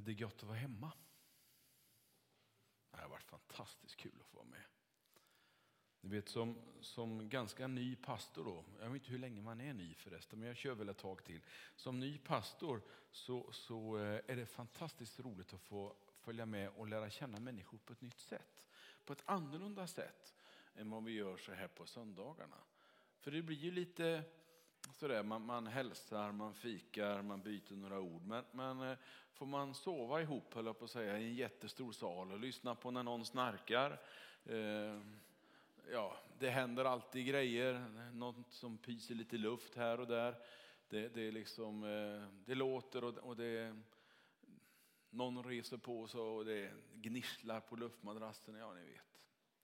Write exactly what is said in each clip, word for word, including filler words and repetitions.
det är gott att vara hemma. Det har varit fantastiskt kul att få vara med. Ni vet, som, som ganska ny pastor då, jag vet inte hur länge man är ny förresten, men jag kör väl ett tag till. Som ny pastor så, så är det fantastiskt roligt att få följa med och lära känna människor på ett nytt sätt. På ett annorlunda sätt än vad vi gör så här på söndagarna. För det blir ju lite sådär, man, man hälsar, man fikar, man byter några ord. Men, men får man sova ihop, höll jag på att säga, i en jättestor sal och lyssna på när någon snarkar. Eh, ja, det händer alltid grejer, något som pyser lite luft här och där. Det, det, är liksom, eh, det låter och, och det, någon reser på sig och det gnisslar på luftmadrassen, ja ni vet.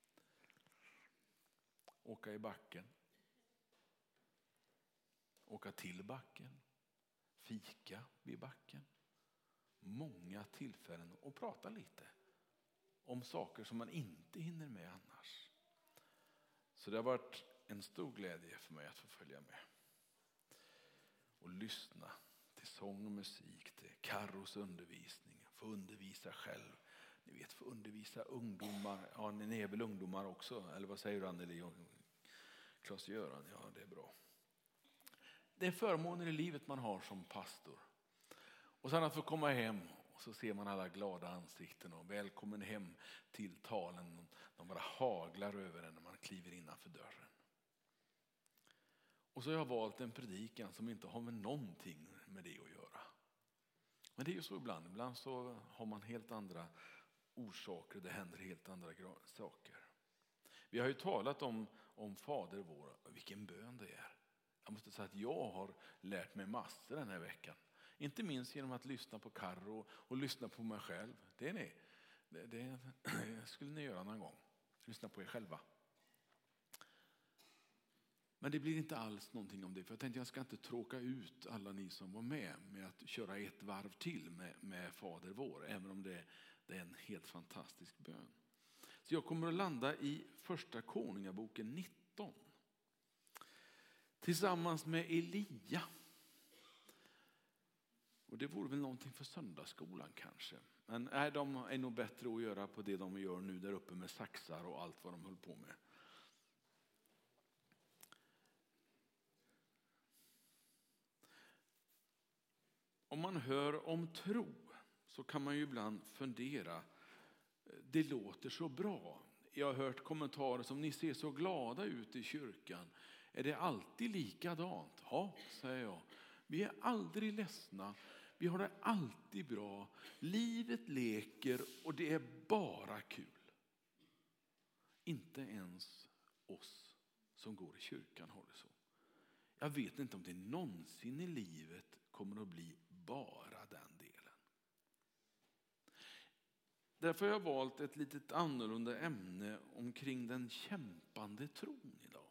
Åka i backen. Åka till backen. Fika vid backen. Många tillfällen och prata lite om saker som man inte hinner med annars. Så det har varit en stor glädje för mig att få följa med. Och lyssna till sång och musik, till Karros undervisning. Få undervisa själv. Ni vet, få undervisa ungdomar. Ja, ni är väl ungdomar också? Eller vad säger du, Anneli och Claes-Göran? Ja, det är bra. Det är förmåner i livet man har som pastor. Och sen att få komma hem och så ser man alla glada ansikten och välkommen hem till talen. De bara haglar över en när man kliver innanför dörren. Och så har jag valt en predikan som inte har med någonting med det att göra. Men det är ju så ibland. Ibland så har man helt andra orsaker. Det händer helt andra saker. Vi har ju talat om, om Fader vår. Vilken bön det är. Jag måste säga att jag har lärt mig massor den här veckan. Inte minst genom att lyssna på Karro och lyssna på mig själv. Det är ni. Det, det skulle ni göra någon gång. Lyssna på er själva. Men det blir inte alls någonting om det. För jag tänkte jag ska inte tråka ut alla ni som var med med att köra ett varv till med, med Fader vår. Även om det, det är en helt fantastisk bön. Så jag kommer att landa i första Konungaboken nitton. Tillsammans med Elia. Och det vore väl någonting för söndagsskolan kanske. Men nej, de är nog bättre att göra på det de gör nu där uppe med saxar och allt vad de höll på med. Om man hör om tro så kan man ju ibland fundera. Det låter så bra. Jag har hört kommentarer som ni ser så glada ut i kyrkan. Är det alltid likadant? Ja, säger jag. Vi är aldrig ledsna. Vi har det alltid bra. Livet leker och det är bara kul. Inte ens oss som går i kyrkan har det så. Jag vet inte om det någonsin i livet kommer att bli bara den delen. Därför har jag valt ett litet annorlunda ämne omkring den kämpande tron idag.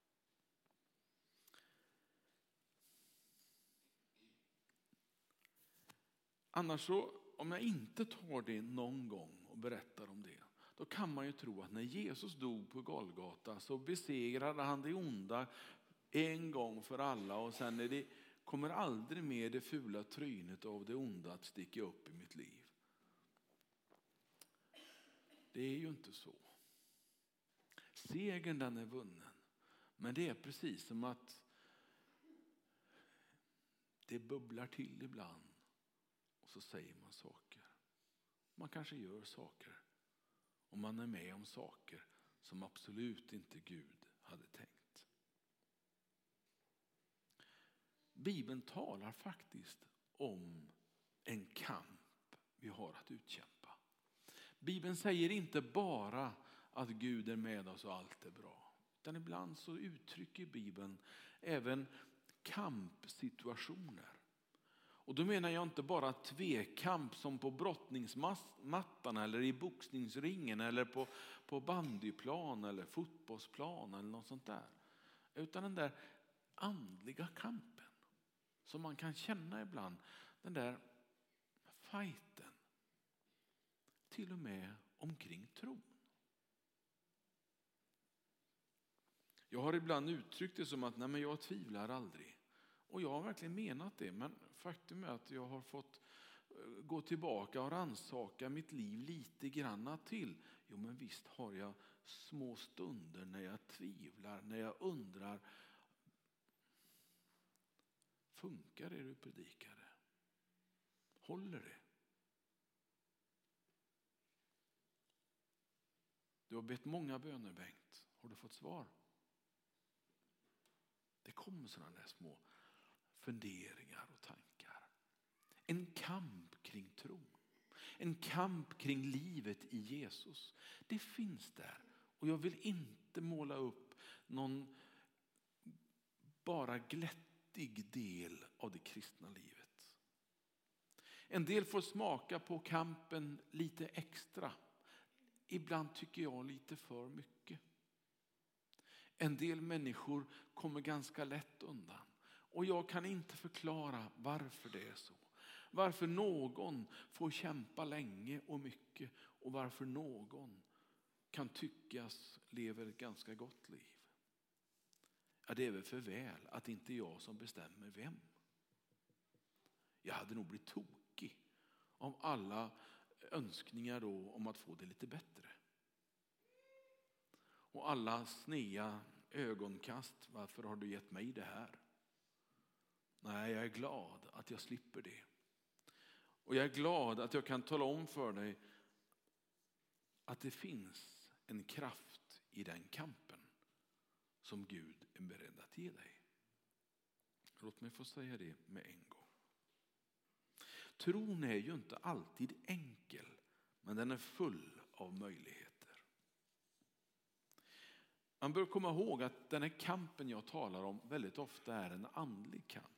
Annars så, om jag inte tar det någon gång och berättar om det, då kan man ju tro att när Jesus dog på Golgata så besegrade han det onda en gång för alla och sen är det, kommer aldrig mer det fula trynet av det onda att sticka upp i mitt liv. Det är ju inte så. Segern den är vunnen. Men det är precis som att det bubblar till ibland. Och så säger man saker. Man kanske gör saker. Och man är med om saker som absolut inte Gud hade tänkt. Bibeln talar faktiskt om en kamp vi har att utkämpa. Bibeln säger inte bara att Gud är med oss och allt är bra. Utan ibland så uttrycker Bibeln även kampsituationer. Och då menar jag inte bara tvekamp som på brottningsmattan eller i boxningsringen eller på, på bandyplan eller fotbollsplan eller något sånt där. Utan den där andliga kampen som man kan känna ibland. Den där fighten. Till och med omkring tron. Jag har ibland uttryckt det som att nej, men jag tvivlar aldrig. Och jag har verkligen menat det, men faktum är att jag har fått gå tillbaka och rannsaka mitt liv lite granna till. Jo, men visst har jag små stunder när jag tvivlar, när jag undrar, funkar det du predikade? Håller det? Du har bett många böner, Bengt. Har du fått svar? Det kommer sådana där små funderingar och tankar. En kamp kring tron. En kamp kring livet i Jesus. Det finns där. Och jag vill inte måla upp någon bara glättig del av det kristna livet. En del får smaka på kampen lite extra. Ibland tycker jag lite för mycket. En del människor kommer ganska lätt undan. Och jag kan inte förklara varför det är så. Varför någon får kämpa länge och mycket. Och varför någon kan tyckas leva ett ganska gott liv. Ja, det är väl för väl att inte jag som bestämmer vem. Jag hade nog blivit tokig om alla önskningar då om att få det lite bättre. Och alla snea ögonkast, varför har du gett mig det här? Nej, jag är glad att jag slipper det. Och jag är glad att jag kan tala om för dig att det finns en kraft i den kampen som Gud är beredd att ge dig. Låt mig få säga det med en gång. Tron är ju inte alltid enkel, men den är full av möjligheter. Man bör komma ihåg att den här kampen jag talar om väldigt ofta är en andlig kamp.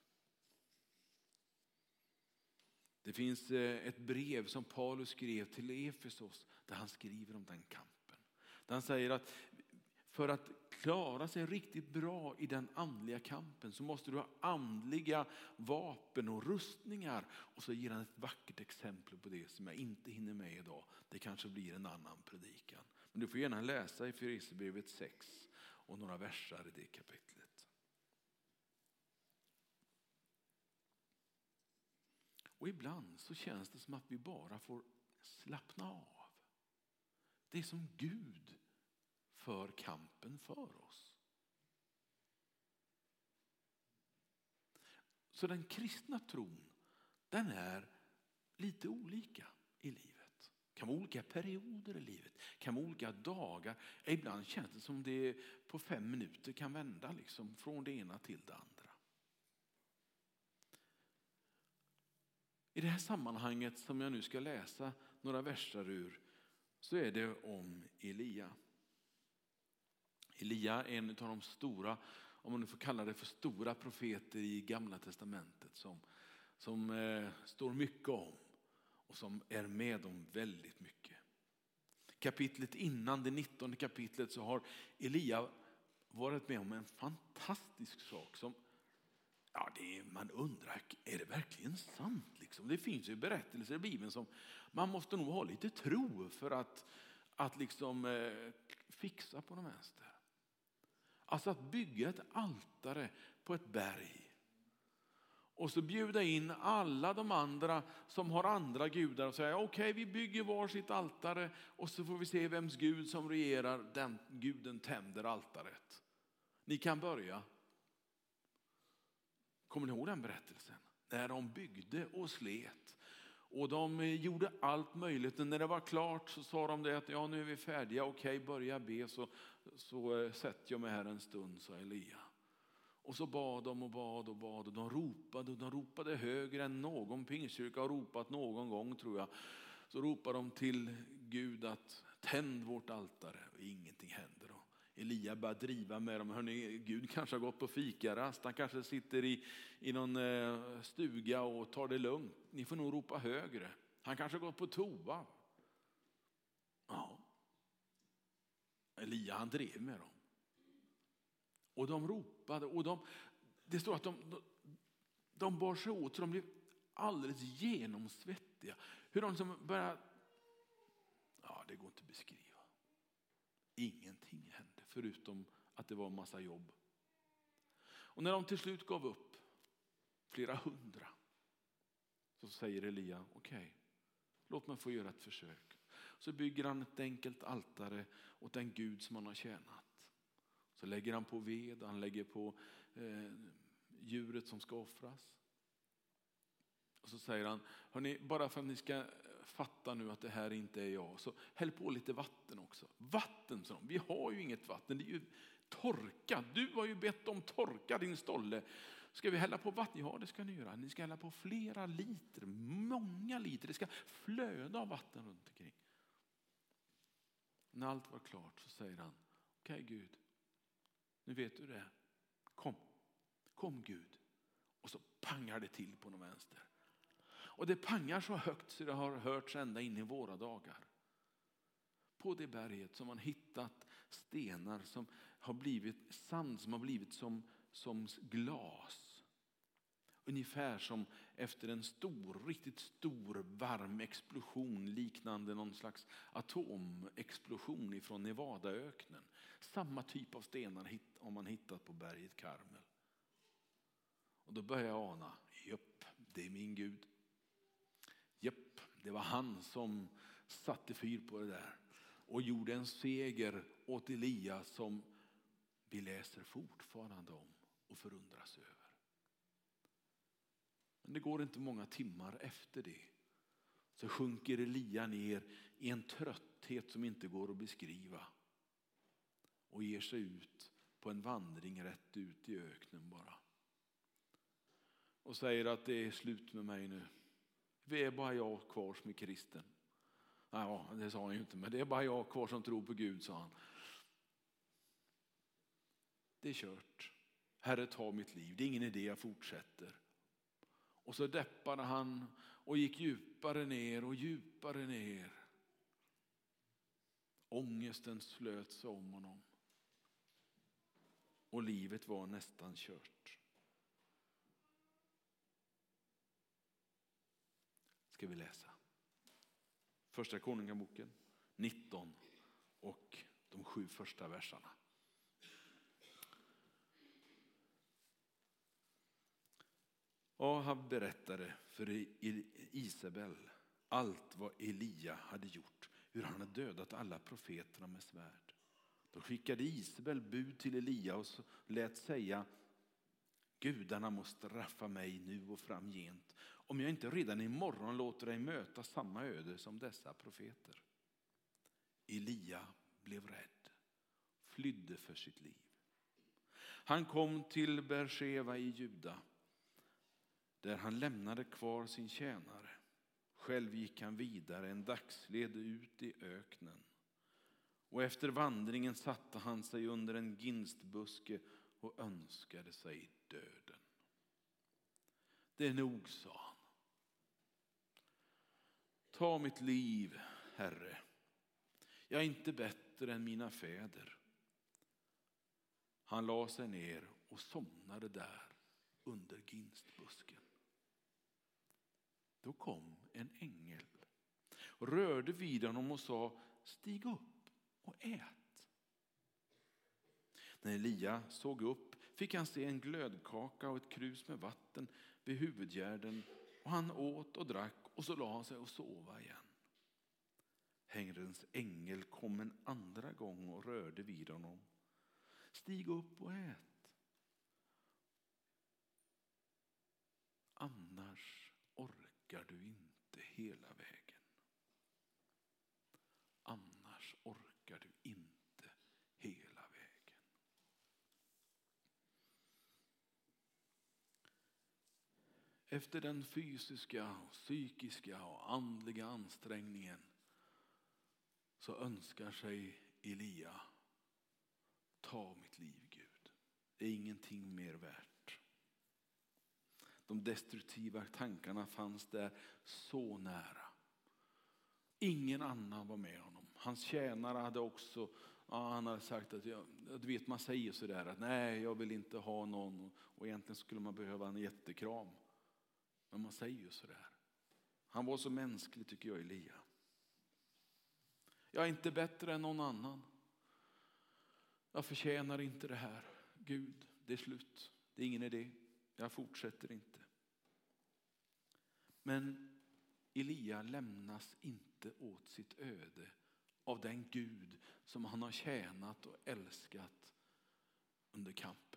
Det finns ett brev som Paulus skrev till Efesos där han skriver om den kampen. Där han säger att för att klara sig riktigt bra i den andliga kampen så måste du ha andliga vapen och rustningar. Och så ger han ett vackert exempel på det som jag inte hinner med idag. Det kanske blir en annan predikan. Men du får gärna läsa i Efesierbrevet sex och några versar i det kapitlet. Och ibland så känns det som att vi bara får slappna av. Det är som Gud för kampen för oss. Så den kristna tron, den är lite olika i livet. Kan vara olika perioder i livet. Kan vara olika dagar. Ibland känns det som det på fem minuter kan vända liksom från det ena till det andra. I det här sammanhanget som jag nu ska läsa några versar ur så är det om Elia. Elia är en av de stora, om man nu får kalla det för stora profeter i Gamla testamentet som, som eh, står mycket om och som är med om väldigt mycket. Kapitlet innan, det nittonde kapitlet, så har Elia varit med om en fantastisk sak som ja, det är, man undrar, är det verkligen sant? Liksom? Det finns ju berättelser i Bibeln som man måste nog ha lite tro för att, att liksom, eh, fixa på de vänster. Alltså att bygga ett altare på ett berg. Och så bjuda in alla de andra som har andra gudar och säga okej, okay, vi bygger var sitt altare och så får vi se vems gud som regerar. Den guden tänder altaret. Ni kan börja. Kommer ni ihåg den berättelsen? När de byggde och slet. Och de gjorde allt möjligt. Och när det var klart så sa de det att ja, nu är vi färdiga. Okej, börja be så, så sätter jag mig här en stund, sa Elia. Och så bad de och bad och bad. Och de ropade och de ropade högre än någon pingstkyrka har ropat någon gång, tror jag. Så ropade de till Gud att tänd vårt altare. Och ingenting händer då. Elia börjar driva med dem. Hörrni, Gud kanske har gått på fikarast. Han kanske sitter i, i någon eh, stuga och tar det lugnt. Ni får nog ropa högre. Han kanske har gått på toa. Ja. Elia, han drev med dem. Och de ropade. Och de, det står att de, de, de bar sig åt. Så de blev alldeles genomsvettiga. Hur de som började... Ja, det går inte att beskriva. Ingenting hände förutom att det var en massa jobb. Och när de till slut gav upp, flera hundra, Så säger Elia, okej, okay, låt mig få göra ett försök. Så bygger han ett enkelt altare åt den Gud som han har tjänat. Så lägger han på ved, han lägger på eh, djuret som ska offras. Och så säger han, hörrni, bara för att ni ska fatta nu att det här inte är jag, så häll på lite vatten också. Vatten, så vi har ju inget vatten, det är ju torka. Du har ju bett om torka din stolle. Ska vi hälla på vatten? Ja, det ska ni göra. Ni ska hälla på flera liter, många liter. Det ska flöda av vatten runt omkring. När allt var klart så säger han, okej okay, Gud, nu vet du det. Kom, kom Gud. Och så pangar det till på någon vänster. Och det pangar så högt så det har hörts ända in i våra dagar. På det berget som man hittat stenar som har blivit sand, som har blivit som, som glas. Ungefär som efter en stor, riktigt stor varm explosion liknande någon slags atomexplosion ifrån Nevadaöknen. Samma typ av stenar har man hittat på berget Karmel. Och då börjar jag ana, japp, det är min Gud. Japp, det var han som satte fyr på det där. Och gjorde en seger åt Elia som vi läser fortfarande om och förundras över. Men det går inte många timmar efter det. Så sjunker Elia ner i en trötthet som inte går att beskriva. Och ger sig ut på en vandring rätt ut i öknen bara. Och säger att det är slut med mig nu. Vi är bara jag kvar som är kristen. Ja, det sa han ju inte, men det är bara jag kvar som tror på Gud, sa han. Det är kört. Herre, ta mitt liv. Det är ingen idé, jag fortsätter. Och så deppade han och gick djupare ner och djupare ner. Ångesten slöt sig om honom. Och livet var nästan kört. Ska vi läsa. Första Konungaboken nitton och de sju första verserna. Ahab berättade för Isabel allt vad Elia hade gjort, hur han hade dödat alla profeterna med svärd. Då skickade Isabel bud till Elia och lät säga, gudarna måste straffa mig nu och framgent, om jag inte redan imorgon låter dig möta samma öde som dessa profeter. Elia blev rädd, flydde för sitt liv. Han kom till Bersheva i Juda, där han lämnade kvar sin tjänare. Själv gick han vidare en dagsled ut i öknen. Och efter vandringen satte han sig under en ginstbuske och önskade sig döden. Det är nog, sa han. Ta mitt liv, Herre. Jag är inte bättre än mina fäder. Han la sig ner och somnade där under ginstbusken. Då kom en ängel och rörde vid honom och sa, stig upp och ät. När Elia såg upp fick han se en glödkaka och ett krus med vatten vid huvudgärden, och han åt och drack och så la han sig och sova igen. Herrens ängel kom en andra gång och rörde vid honom. Stig upp och ät. Annars orkar du inte hela vägen. Annars orkar du inte hela vägen. Efter den fysiska, psykiska och andliga ansträngningen så önskar sig Elia, ta mitt liv, Gud. Det är ingenting mer värt. De destruktiva tankarna fanns där så nära. Ingen annan var med honom. Hans tjänare hade också, ja, han hade sagt att, jag, du vet, man säger sådär att nej, jag vill inte ha någon, och egentligen skulle man behöva en jättekram. Men man säger ju sådär. Han var så mänsklig, tycker jag, Elia. Jag är inte bättre än någon annan. Jag förtjänar inte det här. Gud, det är slut. Det är ingen idé. Jag fortsätter inte. Men Elia lämnas inte åt sitt öde av den Gud som han har tjänat och älskat under kampen.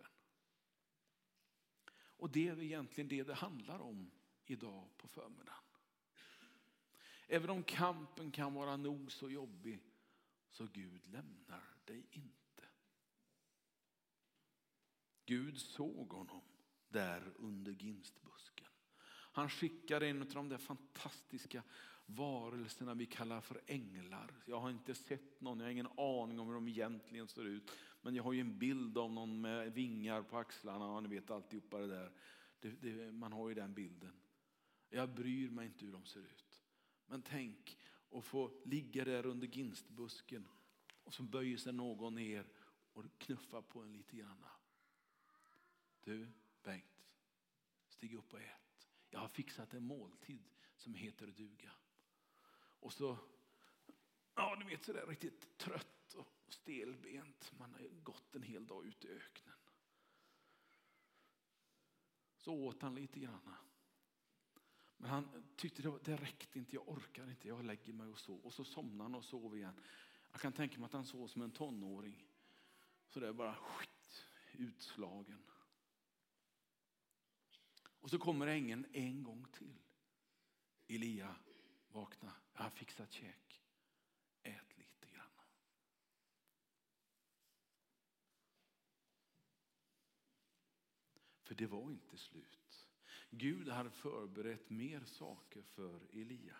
Och det är egentligen det det handlar om idag på förmiddagen. Även om kampen kan vara nog så jobbig, så Gud lämnar dig inte. Gud såg honom där under ginstbusken. Han skickar en av de där fantastiska varelserna vi kallar för änglar. Jag har inte sett någon, jag har ingen aning om hur de egentligen ser ut. Men jag har ju en bild av någon med vingar på axlarna och ni vet alltihopa det där. Det, det, man har ju den bilden. Jag bryr mig inte hur de ser ut. Men tänk att få ligga där under ginstbusken och så böjer sig någon ner och knuffar på en lite grann. Du, Bengt, stig upp och ät. Jag har fixat en måltid som heter duga. Och så, ja du vet sådär riktigt trött och stelbent. Man har gått en hel dag ute i öknen. Så åt han lite grann. Men han tyckte det, det räckte inte, jag orkar inte, jag lägger mig och så. Och så somnade han och sov igen. Jag kan tänka mig att han sov som en tonåring. Så det är bara skit, utslagen. Och så kommer ängeln en gång till. Elia, vakna, jag har fixat käk. Ät lite grann. För det var inte slut. Gud hade förberett mer saker för Elia.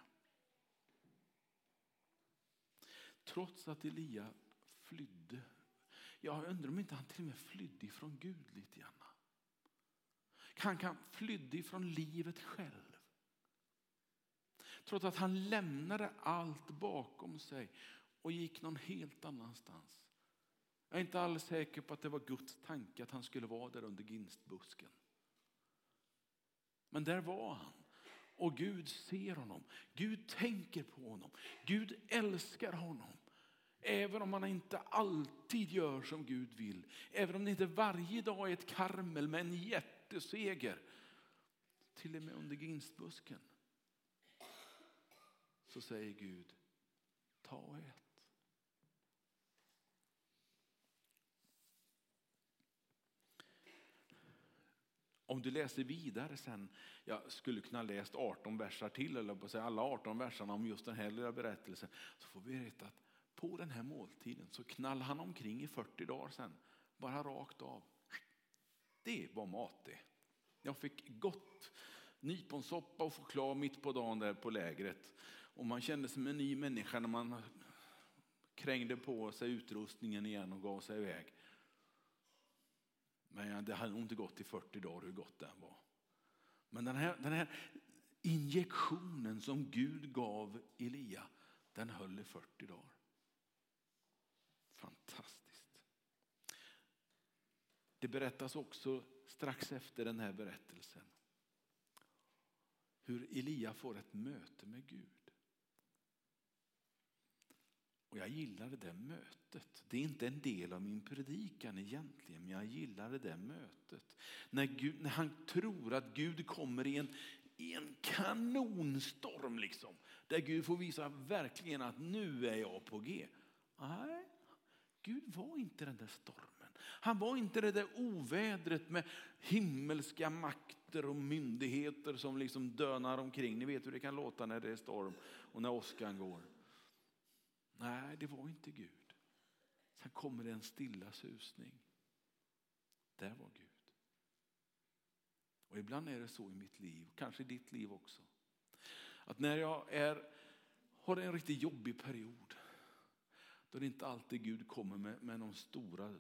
Trots att Elia flydde. Jag undrar om inte han till och med flydde ifrån Gud lite grann. Han kan flydde ifrån livet själv. Trots att han lämnade allt bakom sig och gick någon helt annanstans. Jag är inte alls säker på att det var Guds tanke att han skulle vara där under ginstbusken. Men där var han. Och Gud ser honom. Gud tänker på honom. Gud älskar honom. Även om man inte alltid gör som Gud vill. Även om det inte varje dag är ett Karmel med en jätteseger. Till och med under ginstbusken. Så säger Gud, ta och ät. Om du läser vidare sen, jag skulle kunna läst arton versar till, eller på säga alla arton versarna om just den här lilla berättelsen, så får vi veta att på den här måltiden så knall han omkring i fyrtio dagar sen, bara rakt av. Det var mat det. Jag fick gott nyponsoppa och choklad mitt på dagen där på lägret. Och man kände sig som en ny människa när man krängde på sig utrustningen igen och gav sig iväg. Men det hade nog inte gått i fyrtio dagar hur gott den var. Men den här, den här injektionen som Gud gav Elia, den höll i fyrtio dagar. Fantastiskt. Det berättas också strax efter den här berättelsen hur Elia får ett möte med Gud. Och jag gillade det mötet. Det är inte en del av min predikan egentligen, men jag gillade det mötet. När, Gud, när han tror att Gud kommer i en, i en kanonstorm liksom. Där Gud får visa verkligen att nu är jag på G. Nej, Gud var inte den där stormen. Han var inte det där ovädret med himmelska makter och myndigheter som liksom dönar omkring. Ni vet hur det kan låta när det är storm och när åskan går. Nej, det var inte Gud. Sen kommer det en stilla susning. Där var Gud. Och ibland är det så i mitt liv, kanske i ditt liv också. Att när jag är, har en riktigt jobbig period, då är det inte alltid Gud kommer med, med de stora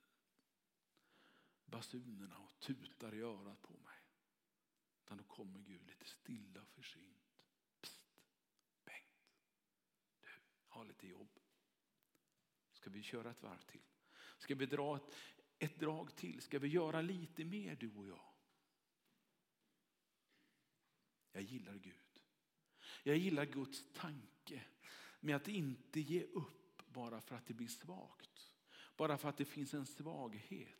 basunerna och tutar i örat på mig. Utan då kommer Gud lite stilla och försynt. Psst, Bengt. Du, har lite jobb. Ska vi köra ett varv till? Ska vi dra ett, ett drag till? Ska vi göra lite mer du och jag? Jag gillar Gud. Jag gillar Guds tanke med att inte ge upp bara för att det blir svagt. Bara för att det finns en svaghet.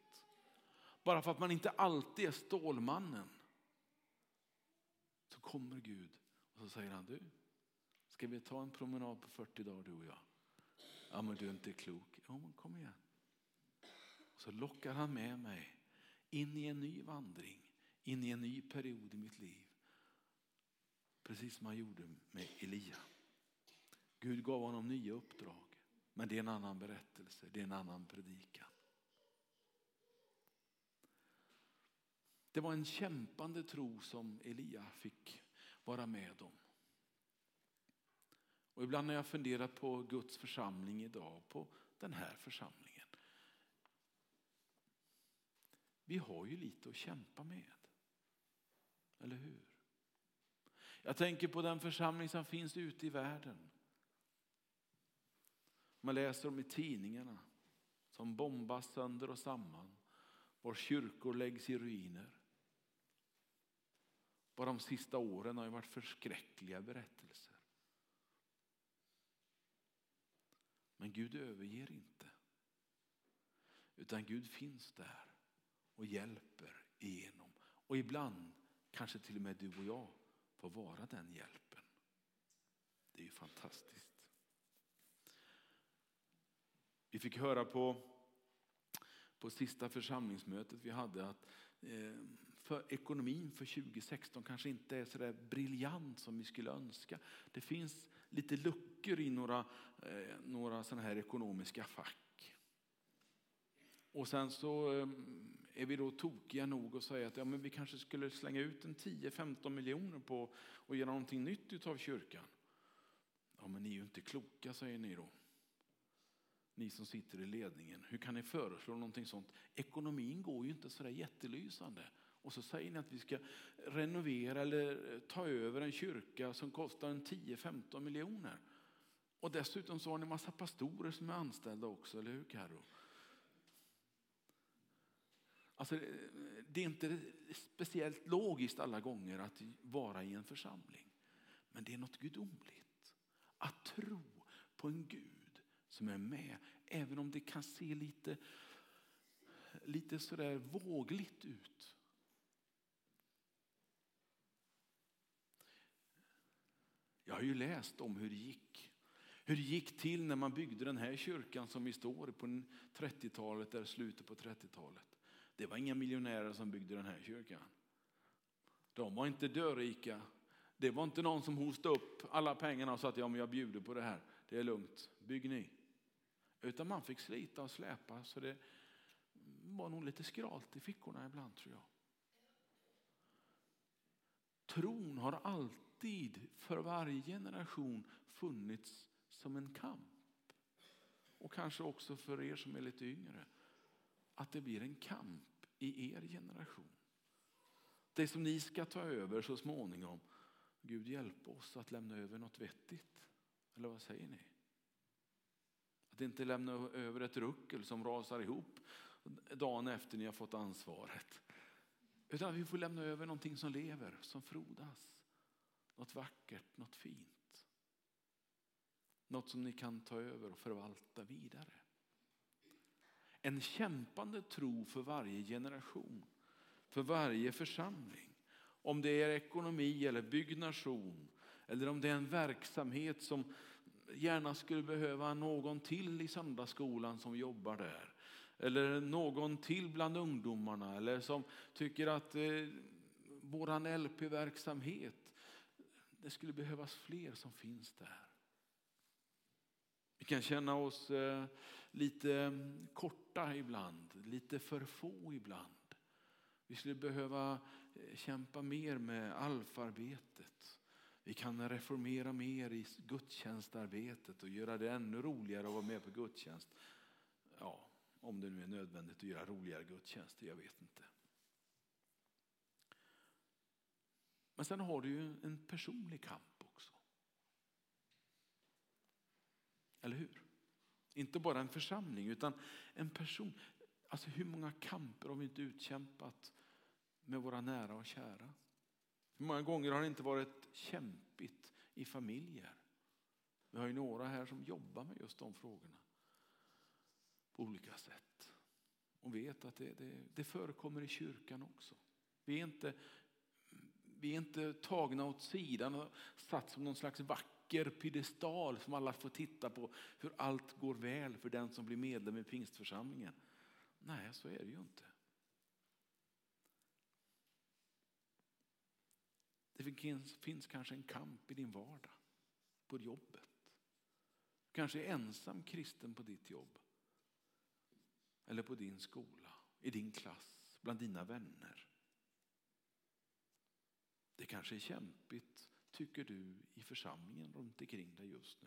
Bara för att man inte alltid är stålmannen. Så kommer Gud så säger han, du, ska vi ta en promenad på fyrtio dagar du och jag? Ja, men du är inte klok. Ja, men kom igen. Och så lockar han med mig in i en ny vandring, in i en ny period i mitt liv. Precis som han gjorde med Elia. Gud gav honom nya uppdrag, men det är en annan berättelse, det är en annan predikan. Det var en kämpande tro som Elia fick vara med om. Och ibland när jag funderar på Guds församling idag, på den här församlingen. Vi har ju lite att kämpa med. Eller hur? Jag tänker på den församling som finns ute i världen. Man läser om i tidningarna som bombas sönder och samman. Var kyrkor läggs i ruiner. Bara de sista åren har ju varit förskräckliga berättelser. Men Gud överger inte. Utan Gud finns där och hjälper igenom. Och ibland kanske till och med du och jag får vara den hjälpen. Det är ju fantastiskt. Vi fick höra på, på sista församlingsmötet vi hade att eh, för ekonomin för tjugo sexton kanske inte är så där briljant som vi skulle önska. Det finns lite luckor i några, eh, några sådana här ekonomiska fack. Och sen så eh, är vi då tokiga nog och säga att ja, men vi kanske skulle slänga ut en tio femton miljoner på och göra någonting nytt utav kyrkan. Ja, men ni är ju inte kloka, säger ni då. Ni som sitter i ledningen, hur kan ni föreslå någonting sånt? Ekonomin går ju inte så där jättelysande. Och så säger ni att vi ska renovera eller ta över en kyrka som kostar en tio femton miljoner. Och dessutom så har ni en massa pastorer som är anställda också, eller hur Karo? Alltså, det är inte speciellt logiskt alla gånger att vara i en församling. Men det är något gudomligt. Att tro på en Gud som är med. Även om det kan se lite, lite sådär vågligt ut. Jag har ju läst om hur det gick. Hur det gick till när man byggde den här kyrkan som vi står i på trettiotalet eller slutet på trettiotalet. Det var inga miljonärer som byggde den här kyrkan. De var inte dörrika. Det var inte någon som hostade upp alla pengarna och sa att ja, men jag bjuder på det här. Det är lugnt, bygg ni. Utan man fick slita och släpa, så det var nog lite skralt i fickorna ibland, tror jag. Tron har alltid för varje generation funnits som en kamp. Och kanske också för er som är lite yngre. Att det blir en kamp i er generation. Det som ni ska ta över så småningom. Gud hjälp oss att lämna över något vettigt. Eller vad säger ni? Att inte lämna över ett ruckel som rasar ihop dagen efter ni har fått ansvaret. Utan att vi får lämna över någonting som lever, som frodas. Något vackert, något fint. Något som ni kan ta över och förvalta vidare. En kämpande tro för varje generation. För varje församling. Om det är ekonomi eller byggnation. Eller om det är en verksamhet som gärna skulle behöva någon till i söndagsskolan som jobbar där. Eller någon till bland ungdomarna. Eller som tycker att eh, våran L P-verksamhet, det skulle behövas fler som finns där. Vi kan känna oss eh, lite korta ibland. Lite för få ibland. Vi skulle behöva eh, kämpa mer med alfarbetet. Vi kan reformera mer i gudstjänstarbetet och göra det ännu roligare att vara med på gudstjänst. Ja, om det nu är nödvändigt att göra roligare gudstjänster, jag vet inte. Men sen har du ju en personlig kamp också. Eller hur? Inte bara en församling utan en person. Alltså hur många kamper har vi inte utkämpat med våra nära och kära? Hur många gånger har det inte varit kämpigt i familjer? Vi har ju några här som jobbar med just de frågorna. På olika sätt. Och vet att det, det, det förekommer i kyrkan också. Vi är inte, Vi är inte tagna åt sidan och satt som någon slags vacker piedestal som alla får titta på hur allt går väl för den som blir medlem i pingstförsamlingen. Nej, så är det ju inte. Det finns, finns kanske en kamp i din vardag, på jobbet. Kanske är ensam kristen på ditt jobb. Eller på din skola, i din klass, bland dina vänner. Det kanske är kämpigt, tycker du, i församlingen runt omkring dig just nu.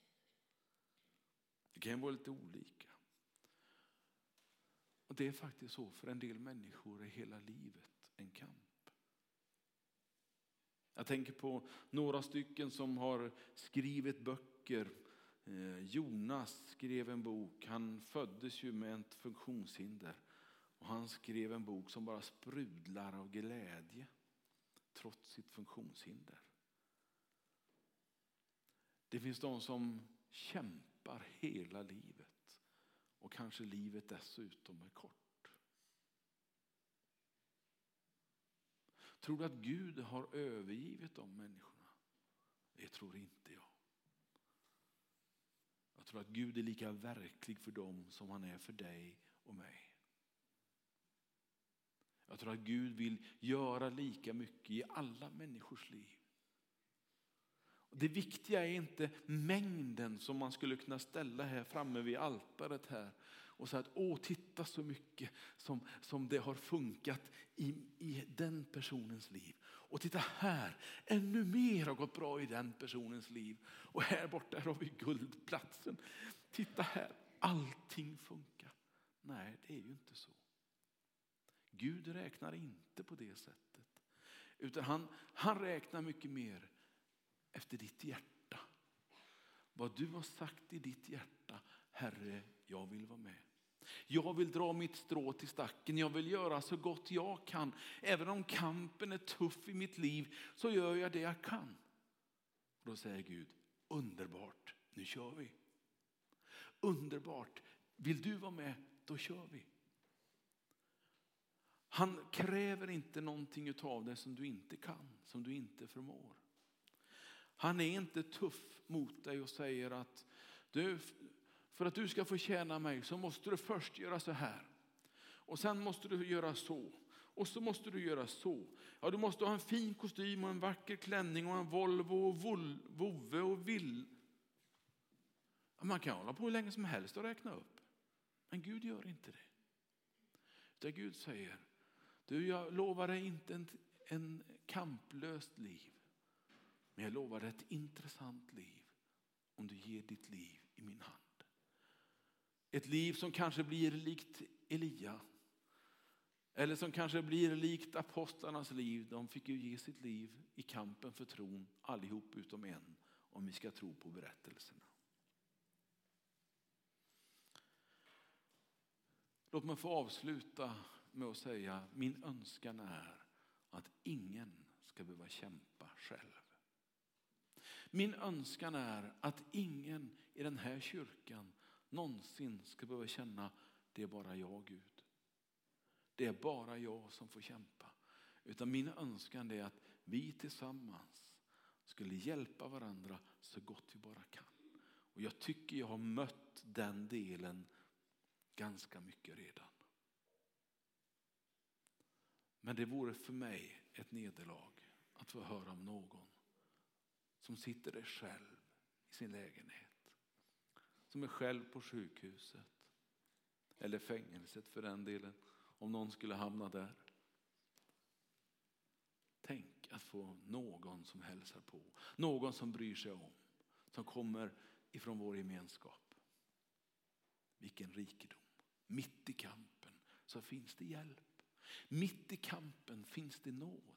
Det kan vara lite olika. Och det är faktiskt så för en del människor är hela livet en kamp. Jag tänker på några stycken som har skrivit böcker. Jonas skrev en bok. Han föddes ju med ett funktionshinder. Och han skrev en bok som bara sprudlar av glädje trots sitt funktionshinder. Det finns de som kämpar hela livet. Och kanske livet dessutom är kort. Tror du att Gud har övergivit de människorna? Det tror inte jag. Jag tror att Gud är lika verklig för dem som han är för dig och mig. Jag tror att Gud vill göra lika mycket i alla människors liv. Det viktiga är inte mängden som man skulle kunna ställa här framme vid altaret här. Och säga att åh, titta så mycket som, som det har funkat i, i den personens liv. Och titta här, ännu mer har gått bra i den personens liv. Och här borta har vi guldplatsen. Titta här, allting funkar. Nej, det är ju inte så. Gud räknar inte på det sättet. Utan han, han räknar mycket mer efter ditt hjärta. Vad du har sagt i ditt hjärta, Herre, jag vill vara med. Jag vill dra mitt strå till stacken. Jag vill göra så gott jag kan. Även om kampen är tuff i mitt liv så gör jag det jag kan. Och då säger Gud, underbart, nu kör vi. Underbart, vill du vara med, då kör vi. Han kräver inte någonting av dig som du inte kan, som du inte förmår. Han är inte tuff mot dig och säger att du, för att du ska få tjäna mig så måste du först göra så här. Och sen måste du göra så. Och så måste du göra så. Ja, du måste ha en fin kostym och en vacker klänning och en Volvo och vol, vove och vill. Ja, man kan hålla på hur länge som helst och räkna upp. Men Gud gör inte det. Utan Gud säger, du, jag lovar dig inte en, en kamplöst liv. Men jag lovar dig ett intressant liv om du ger ditt liv i min hand. Ett liv som kanske blir likt Elia. Eller som kanske blir likt apostlarnas liv. De fick ju ge sitt liv i kampen för tron, allihop utom en, om vi ska tro på berättelserna. Låt mig få avsluta med att säga, min önskan är att ingen ska behöva kämpa själv. Min önskan är att ingen i den här kyrkan någonsin ska behöva känna, det är bara jag, Gud. Det är bara jag som får kämpa. Utan min önskan är att vi tillsammans skulle hjälpa varandra så gott vi bara kan. Och jag tycker jag har mött den delen ganska mycket redan. Men det vore för mig ett nederlag att få höra om någon som sitter där själv i sin lägenhet. Som är själv på sjukhuset. Eller fängelset för den delen. Om någon skulle hamna där. Tänk att få någon som hälsar på. Någon som bryr sig om. Som kommer ifrån vår gemenskap. Vilken rikedom. Mitt i kampen så finns det hjälp. Mitt i kampen finns det nåd.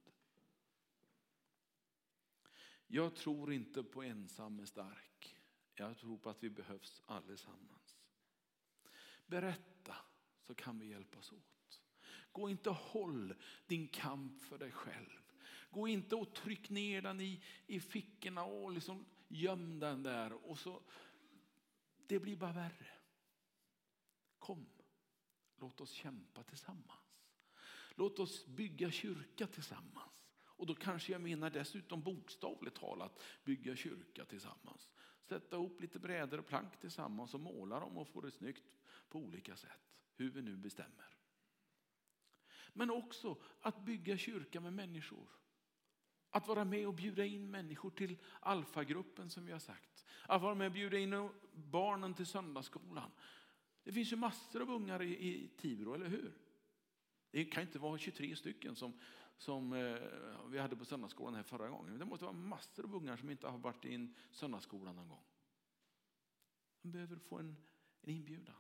Jag tror inte på ensam är stark. Jag tror på att vi behövs allesammans. Berätta så kan vi hjälpas åt. Gå inte och håll din kamp för dig själv. Gå inte och tryck ner den i, i fickorna och liksom göm den där. Och så, det blir bara värre. Kom, låt oss kämpa tillsammans. Låt oss bygga kyrka tillsammans. Och då kanske jag menar dessutom bokstavligt talat bygga kyrka tillsammans. Sätta ihop lite brädor och plank tillsammans och måla dem och få det snyggt på olika sätt. Hur vi nu bestämmer. Men också att bygga kyrka med människor. Att vara med och bjuda in människor till alfagruppen som vi har sagt. Att vara med och bjuda in barnen till söndagsskolan. Det finns ju massor av ungar i, i Tibro, eller hur? Det kan inte vara tjugotre stycken som, som eh, vi hade på söndagsskolan här förra gången. Det måste vara massor av ungar som inte har varit i en söndagsskola någon gång. De behöver få en, en inbjudan.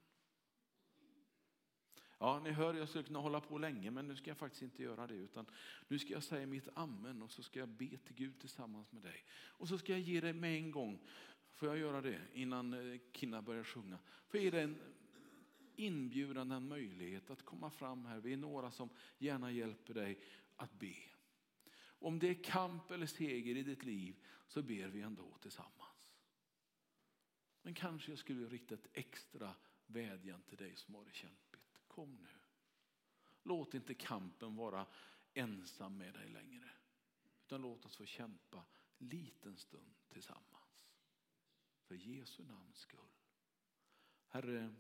Ja, ni hör, jag skulle kunna hålla på länge, men nu ska jag faktiskt inte göra det. Utan nu ska jag säga mitt amen och så ska jag be till Gud tillsammans med dig. Och så ska jag ge dig med en gång. Får jag göra det innan Kina börjar sjunga? Får jag ge dig en inbjudan, en möjlighet att komma fram här. Vi är några som gärna hjälper dig att be. Om det är kamp eller seger i ditt liv så ber vi ändå tillsammans. Men kanske jag skulle rikta ett extra vädjan till dig som har det kämpigt. Kom nu. Låt inte kampen vara ensam med dig längre. Utan låt oss få kämpa en liten stund tillsammans. För Jesu namns skull. Herre,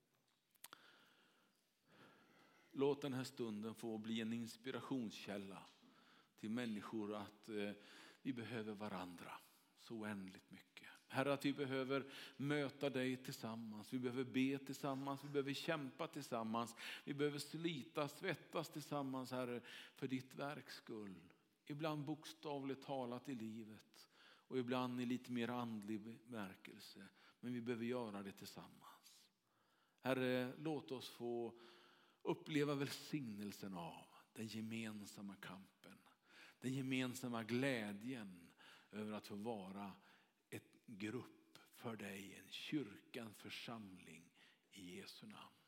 låt den här stunden få bli en inspirationskälla till människor att eh, vi behöver varandra så oändligt mycket. Herre, att vi behöver möta dig tillsammans. Vi behöver be tillsammans. Vi behöver kämpa tillsammans. Vi behöver slita, svettas tillsammans, Herre, för ditt verks skull. Ibland bokstavligt talat i livet. Och ibland i lite mer andlig bemärkelse. Men vi behöver göra det tillsammans. Herre, låt oss få uppleva välsignelsen av den gemensamma kampen. Den gemensamma glädjen över att få vara ett grupp för dig, en kyrka, en församling i Jesu namn.